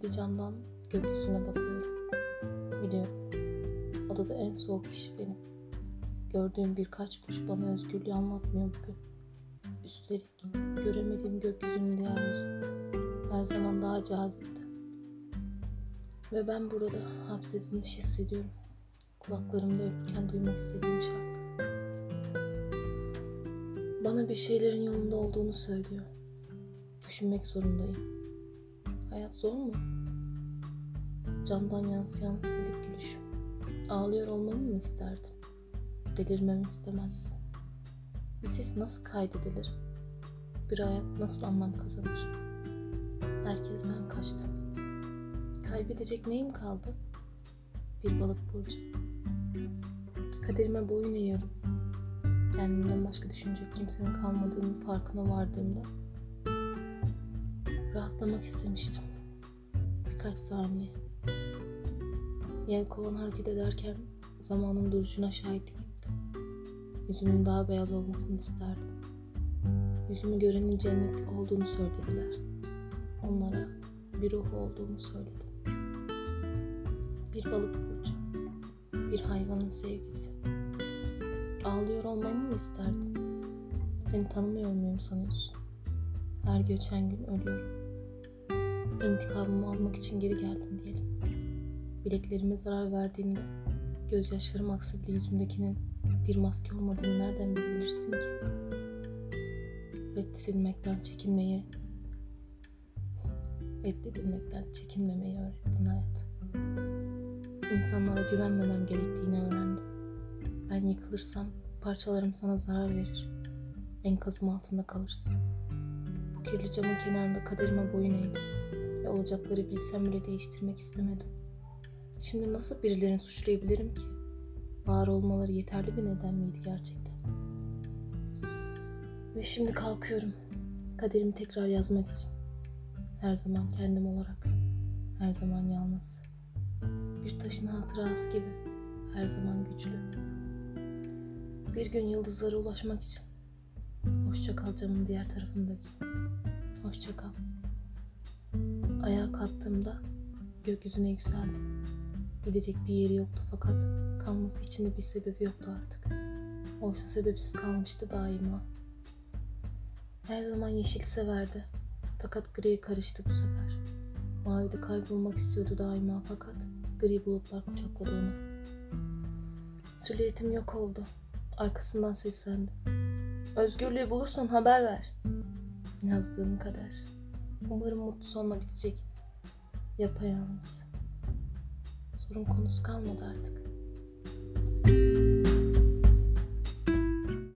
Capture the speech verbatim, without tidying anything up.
bir camdan gökyüzüne bakıyorum. Biliyorum, odada en soğuk kişi benim. Gördüğüm birkaç kuş bana özgürlüğü anlatmıyor bugün. Üstelik göremediğim gökyüzünün diğer yüzü her zaman daha cazipti. Ve ben burada hapsedilmiş hissediyorum. Kulaklarımda öpürken duymak istediğim şarkı. Bana bir şeylerin yolunda olduğunu söylüyor. Düşünmek zorundayım. Hayat zor mu? Camdan yansıyan silik gülüşüm. Ağlıyor olmamı mı isterdin? Delirmemi istemezsin. Bir ses nasıl kaydedilir? Bir hayat nasıl anlam kazanır? Herkesten kaçtım. Kaybedecek neyim kaldı? Bir balık burcu. Kaderime boyun eğiyorum. Kendimden başka düşünecek kimsenin kalmadığının farkına vardığımda rahatlamak istemiştim. Birkaç saniye. Yelkovan hareket ederken zamanın duruşuna şahitlik ettim. Yüzümün daha beyaz olmasını isterdim. Yüzümü görenin cennetlik olduğunu söylediler. Onlara bir ruh olduğumu söyledim. Bir balık burcu, bir hayvanın sevgisi. Ağlıyor olmamı mı isterdin? Seni tanımıyor muyum sanıyorsun? Her geçen gün ölüyorum. İntikamımı almak için geri geldim diyelim. Bileklerime zarar verdiğimde gözyaşlarım aksa bile yüzümdekinin bir maske olmadığını nereden bilebilirsin ki? Reddedilmekten çekinmeyi, reddedilmekten çekinmemeyi öğrettin hayat. İnsanlara güvenmemem gerektiğini öğrendim. Ben yıkılırsam parçalarım sana zarar verir. Enkazım altında kalırsın. Bu kirli camın kenarında kaderime boyun eğdim. Ve olacakları bilsem bile değiştirmek istemedim. Şimdi nasıl birilerini suçlayabilirim ki? Var olmaları yeterli bir neden miydi gerçekten? Ve şimdi kalkıyorum. Kaderimi tekrar yazmak için. Her zaman kendim olarak. Her zaman yalnız. Bir taşın hatırası gibi. Her zaman güçlü. Bir gün yıldızlara ulaşmak için. Hoşça kal camın diğer tarafındaki. Hoşça kal. Ayağa kalktığımda gökyüzüne yükseldim. Gidecek bir yeri yoktu fakat kalması için de bir sebebi yoktu artık. Oysa sebepsiz kalmıştı daima. Her zaman yeşil severdi fakat griye karıştı bu sefer. Mavide kaybolmak istiyordu daima fakat gri bulutlar kucakladı onu. Silüetim yok oldu. Arkasından seslendim. Özgürlüğü bulursan haber ver. Yazdığım kader. Umarım mutlu sonla bitecek. Yapayalnız. Sorun konusu kalmadı artık.